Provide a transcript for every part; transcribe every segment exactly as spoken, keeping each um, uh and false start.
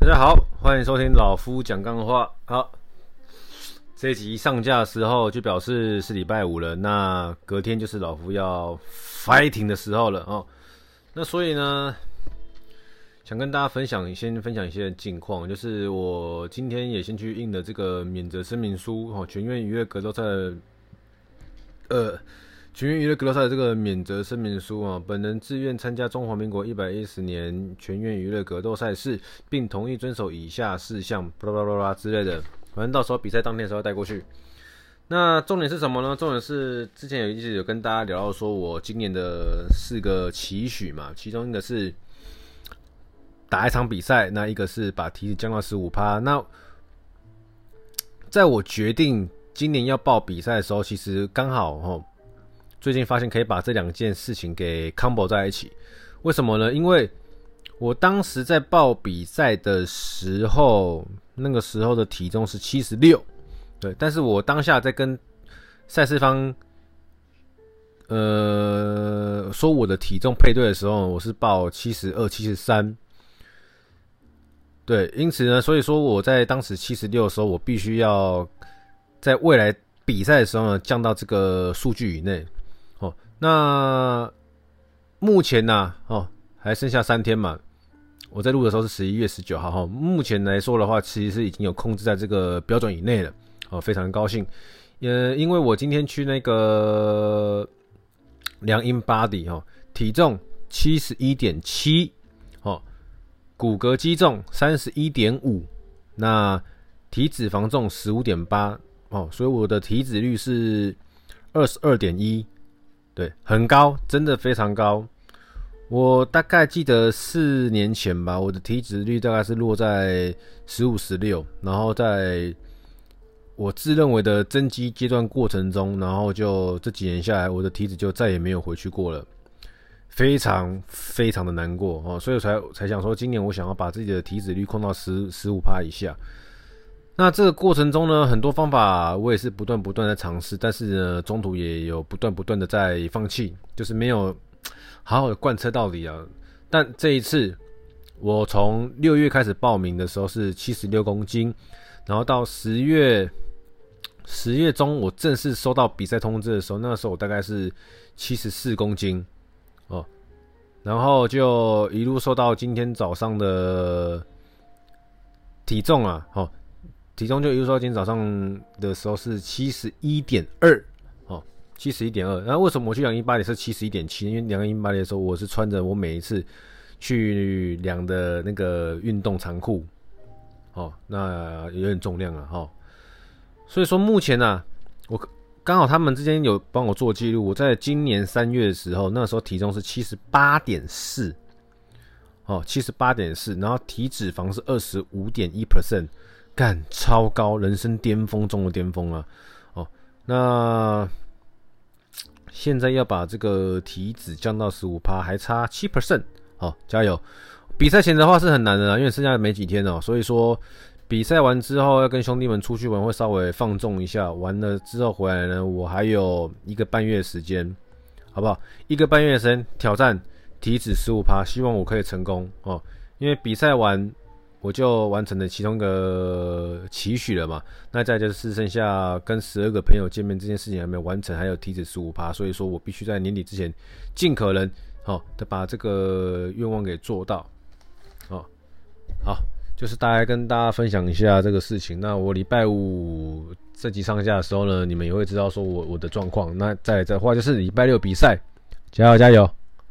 大家好，欢迎收听老夫讲干话。好，这一集上架的时候就表示是礼拜五了，那隔天就是老夫要 fighting 的时候了哦。那所以呢，想跟大家分享，先分享一些近况，就是我今天也先去印了这个免责声明书哦，全院娱乐格斗赛的，呃。全院娱乐格斗赛的这个免责声明书啊，本人自愿参加中华民国一百一十年全院娱乐格斗赛事，并同意遵守以下事项，巴拉巴拉巴拉之类的。反正到时候比赛当天的时候带过去。那重点是什么呢？重点是之前有一直有跟大家聊到说，我今年的四个期许嘛，其中一个是打一场比赛，那一个是把体脂降到 百分之十五。那在我决定今年要报比赛的时候，其实刚好齁。最近发现可以把这两件事情给 combo 在一起，为什么呢？因为我当时在报比赛的时候，那个时候的体重是七十六，对，但是我当下在跟赛事方，呃，说我的体重配对的时候，我是报七十二、七十三，对，因此呢，所以说我在当时七十六的时候，我必须要在未来比赛的时候呢，降到这个数据以内。那目前呢、啊，哦，还剩下三天嘛。我在录的时候是十一月十九号，哈。目前来说的话，其实是已经有控制在这个标准以内了，哦，非常高兴。呃，因为我今天去那个量 InBody 哈，体重 七十一点七， 哦，骨骼肌重 三十一点五， 那体脂肪重 十五点八， 哦，所以我的体脂率是 二十二点一。对，很高，真的非常高。我大概记得四年前吧，我的体脂率大概是落在十五、十六，然后在我自认为的增肌阶段过程中，然后就这几年下来，我的体脂就再也没有回去过了，非常非常的难过哦，所以我才才想说，今年我想要把自己的体脂率控到十十五趴以下。那这个过程中呢，很多方法我也是不断不断的尝试，但是呢，中途也有不断不断的在放弃，就是没有好好的贯彻到底啊。但这一次，我从六月开始报名的时候是七十六公斤，然后到十月十月中我正式收到比赛通知的时候，那个时候我大概是七十四公斤哦，然后就一路瘦到今天早上的体重啊，哦。体重就一路说，今天早上的时候是 七十一点二 哦 ，七十一点二。那为什么我去量 InBody 是 七十一点七？ 因为量 InBody 的时候，我是穿着我每一次去量的那个运动长裤，哦，那有点重量了哈、哦。所以说目前啊，我刚好他们之间有帮我做记录。我在今年三月的时候，那时候体重是 七十八点四， 哦 ，七十八点四， 然后体脂肪是 百分之二十五点一。干超高，人生巅峰中的巅峰啊！哦，那现在要把这个体脂降到 百分之十五， 还差 百分之七， 好，加油！比赛前的话是很难的啦，因为剩下没几天哦，所以说比赛完之后要跟兄弟们出去玩，会稍微放纵一下。完了之后回来呢，我还有一个半月的时间，好不好？一个半月的时间挑战体脂 百分之十五， 希望我可以成功哦，因为比赛完。我就完成了其中一个期许了嘛，那再就是剩下跟十二个朋友见面这件事情还没有完成，还有体脂 百分之十五， 所以说我必须在年底之前尽可能好、哦、的把这个愿望给做到。哦，好，就是大概跟大家分享一下这个事情。那我礼拜五这集上架的时候呢，你们也会知道说我我的状况。那再来的话就是礼拜六比赛，加油加油！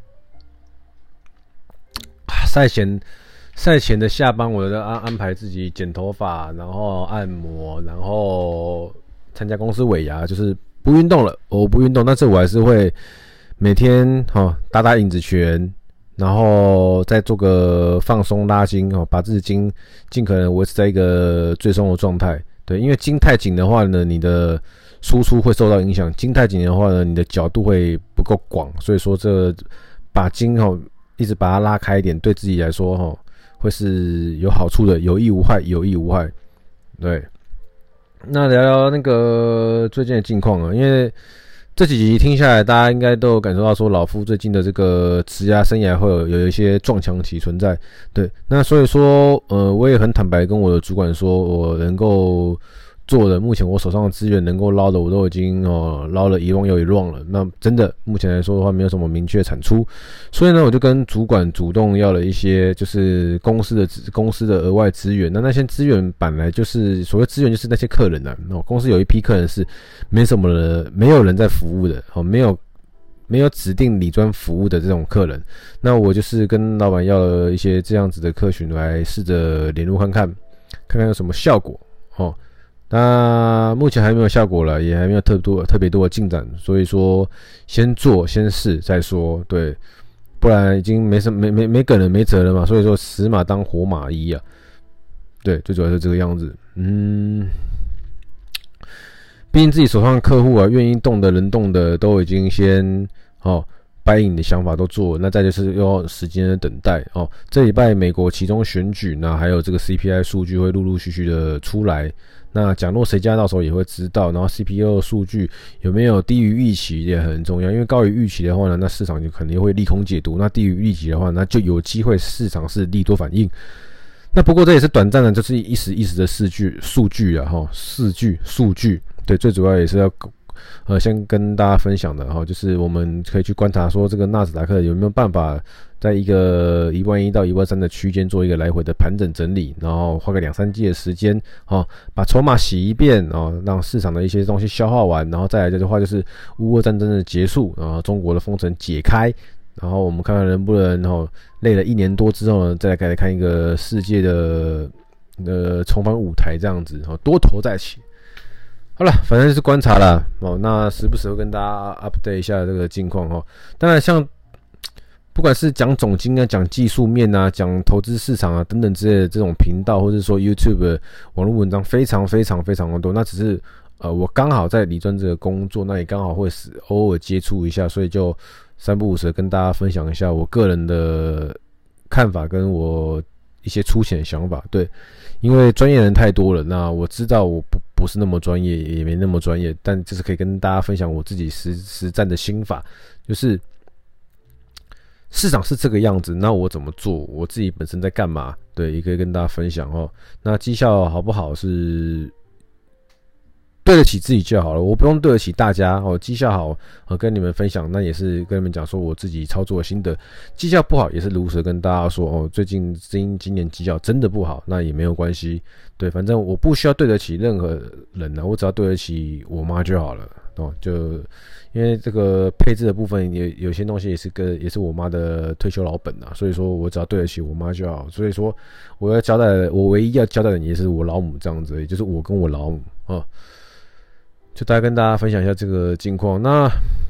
赛前。赛前的下班，我要安安排自己剪头发，然后按摩，然后参加公司尾牙，就是不运动了。我不运动，但是我还是会每天哈、哦、打打影子拳，然后再做个放松拉筋哦，把自己筋尽可能维持在一个最松的状态。对，因为筋太紧的话呢，你的输出会受到影响；筋太紧的话呢，你的角度会不够广。所以说，这把筋哦一直把它拉开一点，对自己来说哈。哦会是有好处的，有益无害，有益无害。对，那聊聊那个最近的近况啊，因为这几集听下来，大家应该都有感受到说，老夫最近的这个职涯生涯会有有一些撞墙期存在。对，那所以说，呃，我也很坦白跟我的主管说，我能够做的，目前我手上的资源能够捞的，我都已经哦捞了一 round 又一 round 了。那真的目前来说的话，没有什么明确产出，所以呢，我就跟主管主动要了一些就是公司的公司的额外资源。那那些资源本来就是所谓资源，就是那些客人啊。哦，公司有一批客人是没什么人，没有人在服务的，哦，没有。没有指定理专服务的这种客人，那我就是跟老板要了一些这样子的客群来试着联络看看，看看有什么效果哦。那目前还没有效果了，也还没有特别多特别多的进展，所以说先做先试再说，对，不然已经没什么没没没梗了没辙了嘛。所以说死马当活马医啊，对，最主要是这个样子，嗯。毕竟自己手上的客户啊，愿意动的人动的都已经先哦buy in的想法都做了，那再就是要时间的等待哦。这礼拜美国期中选举，那还有这个 C P I 数据会陆陆续续的出来，那讲落谁家到时候也会知道，然后 C P I 的数据有没有低于预期也很重要，因为高于预期的话呢，那市场就肯定会利空解读；那低于预期的话，那就有机会市场是利多反应。那不过这也是短暂的，就是一时一时的数据数据啊，哈，数据数据。对，最主要也是要呃先跟大家分享的哈，就是我们可以去观察说这个纳斯达克有没有办法在一个一万一到一万三的区间做一个来回的盘整整理，然后花个两三季的时间哦，把筹码洗一遍哦，让市场的一些东西消化完，然后再来的话就是乌俄战争的结束，然后中国的封城解开，然后我们看看能不能哦累了一年多之后呢，再来看一个世界的呃重返舞台这样子哦，多头再起。好了，反正就是观察啦哦，那时不时会跟大家 update 一下这个近况哦。当然，像不管是讲总经啊、讲技术面啊、讲投资市场啊等等之类的这种频道，或者说 YouTube 的网络文章非常非常非常的多。那只是呃，我刚好在理专这个工作，那也刚好会偶尔接触一下，所以就三不五时跟大家分享一下我个人的看法跟我一些粗浅的想法。对，因为专业人太多了，那我知道我不。不是那么专业，也没那么专业，但就是可以跟大家分享我自己实实战的心法，就是市场是这个样子，那我怎么做？我自己本身在干嘛？对，也可以跟大家分享哦。那绩效好不好是对得起自己就好了，我不用对得起大家哦。绩效好，呃，跟你们分享，那也是跟你们讲说我自己操作的心得。绩效不好，也是如实跟大家说哦，最近今今年绩效真的不好，那也没有关系。对，反正我不需要对得起任何人呢，我只要对得起我妈就好了哦。就因为这个配置的部分，有有些东西也是跟也是我妈的退休老本啊，所以说我只要对得起我妈就好。所以说我要交代的，我唯一要交代的也是我老母这样子，也就是我跟我老母啊。就大概跟大家分享一下这个近况。那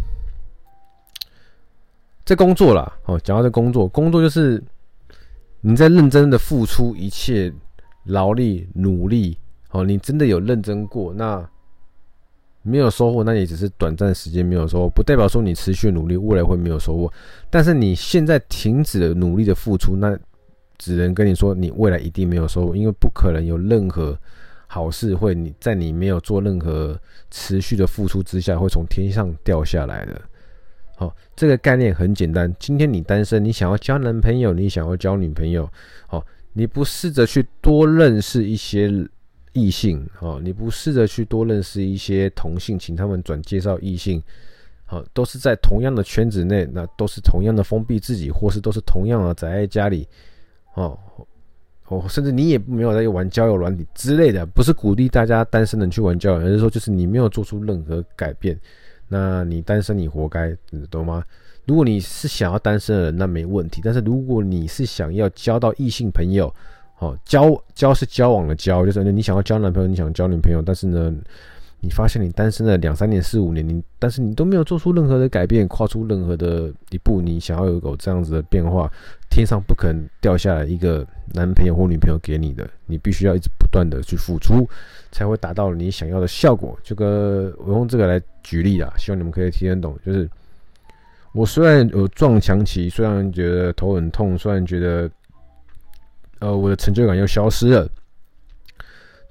在工作啦，哦，讲到这工作，工作就是你在认真的付出一切劳力努力，哦，你真的有认真过，那没有收获，那也只是短暂时间没有收获，不代表说你持续努力未来会没有收获。但是你现在停止了努力的付出，那只能跟你说，你未来一定没有收获，因为不可能有任何好事会你在你没有做任何持续的付出之下，会从天上掉下来的。好，这个概念很简单。今天你单身，你想要交男朋友，你想要交女朋友，好，你不试着去多认识一些异性，好，你不试着去多认识一些同性，请他们转介绍异性，好，都是在同样的圈子内，那都是同样的封闭自己，或是都是同样的宅在家里，哦。哦，甚至你也没有在玩交友软体之类的，不是鼓励大家单身人去玩交友，而是说就是你没有做出任何改变，那你单身你活该，懂吗？如果你是想要单身的人，那没问题，但是如果你是想要交到异性朋友，哦，交交是交往的交，就是你想要交男朋友，你想交女朋友，但是呢，你发现你单身了两三年、四五年，你但是你都没有做出任何的改变，跨出任何的一步，你想要有这样子的变化，天上不可能掉下来一个男朋友或女朋友给你的，你必须要一直不断的去付出，才会达到你想要的效果。就跟我用这个来举例啦，希望你们可以听得懂。就是我虽然有撞墙期，虽然觉得头很痛，虽然觉得呃我的成就感又消失了。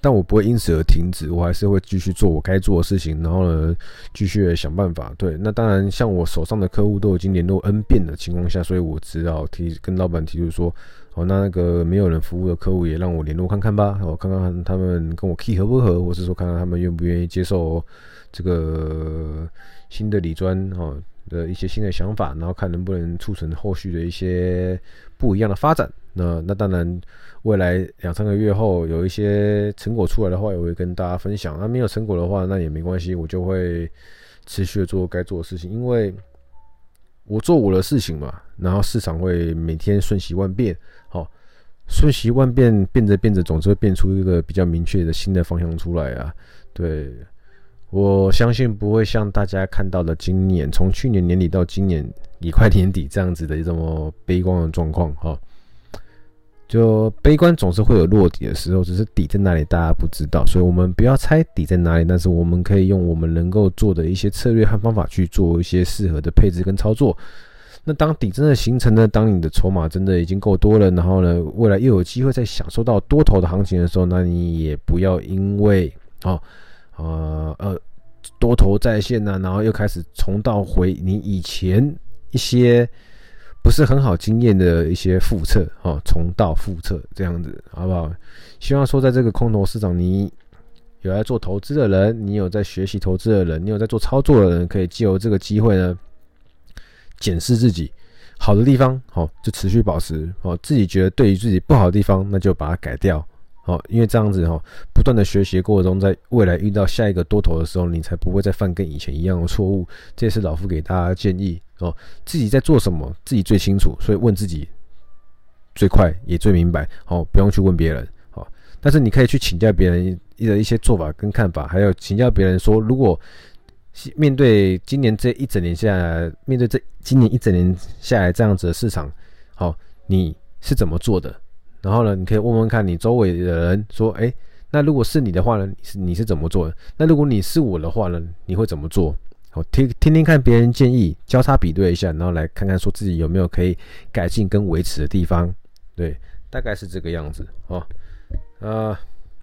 但我不会因此而停止，我还是会继续做我该做的事情，然后呢，继续的想办法。对，那当然，像我手上的客户都已经联络 N 遍的情况下，所以我只好提跟老板提出说，哦，那那个没有人服务的客户也让我联络看看吧，哦，看看他们跟我 key 合不合，或是说看看他们愿不愿意接受这个新的理专哦的一些新的想法，然后看能不能促成后续的一些不一样的发展。那那当然，未来两三个月后有一些成果出来的话，也会跟大家分享。那没有成果的话，那也没关系，我就会持续的做该做的事情，因为我做我的事情嘛。然后市场会每天瞬息万变，好、哦，瞬息万变，变着变着，总是会变出一个比较明确的新的方向出来啊。对，我相信不会像大家看到的今年，从去年年底到今年也快年底这样子的这么悲观的状况哈。就悲观总是会有落底的时候，只是底在哪里大家不知道，所以我们不要猜底在哪里，但是我们可以用我们能够做的一些策略和方法去做一些适合的配置跟操作。那当底真的形成了，当你的筹码真的已经够多了，然后呢，未来又有机会再享受到多头的行情的时候，那你也不要因为哦呃呃多头再现啊，然后又开始重蹈回你以前一些不是很好经验的一些复测，哦，重蹈覆辙这样子，好不好？希望说在这个空头市场，你有在做投资的人，你有在学习投资的人，你有在做操作的人，可以借由这个机会呢，检视自己好的地方，好、哦、就持续保持，哦，自己觉得对于自己不好的地方，那就把它改掉，哦，因为这样子哈、哦，不断的学习过程中，在未来遇到下一个多头的时候，你才不会再犯跟以前一样的错误。这也是老夫给大家的建议。哦，自己在做什么，自己最清楚，所以问自己最快也最明白。哦，不用去问别人。哦，但是你可以去请教别人的一些做法跟看法，还有请教别人说，如果面对今年这一整年下来，面对这今年一整年下来这样子的市场，好，你是怎么做的？然后呢，你可以问问看你周围的人说，哎，那如果是你的话呢，你是你是怎么做的？那如果你是我的话呢，你会怎么做？好，听听听看别人建议，交叉比对一下，然后来看看说自己有没有可以改进跟维持的地方。对，大概是这个样子哦。呃，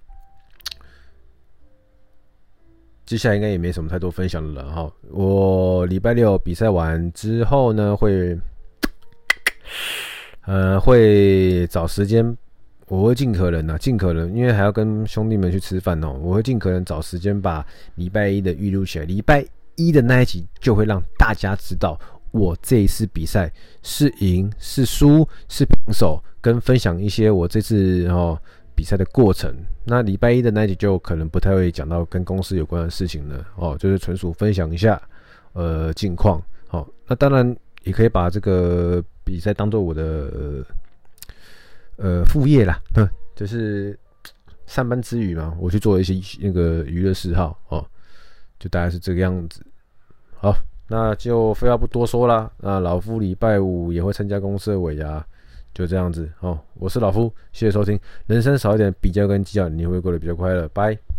接下来应该也没什么太多分享的了哈。我礼拜六比赛完之后呢，会呃会找时间，我会尽可能啊，尽可能，因为还要跟兄弟们去吃饭哦，我会尽可能找时间把礼拜一的预录起来。礼拜一的那一集就会让大家知道我这一次比赛是赢是输是平手，跟分享一些我这次哦比赛的过程。那礼拜一的那一集就可能不太会讲到跟公司有关的事情了哦，就是纯属分享一下呃近况。好、哦，那当然也可以把这个比赛当做我的呃副业啦，就是上班之余嘛，我去做一些那个娱乐嗜好哦。就大概是这个样子。好，那就废话不多说啦。那老夫礼拜五也会参加公司的尾牙，就这样子。好，我是老夫，谢谢收听。人生少一点比较跟计较，你会过得比较快乐。拜。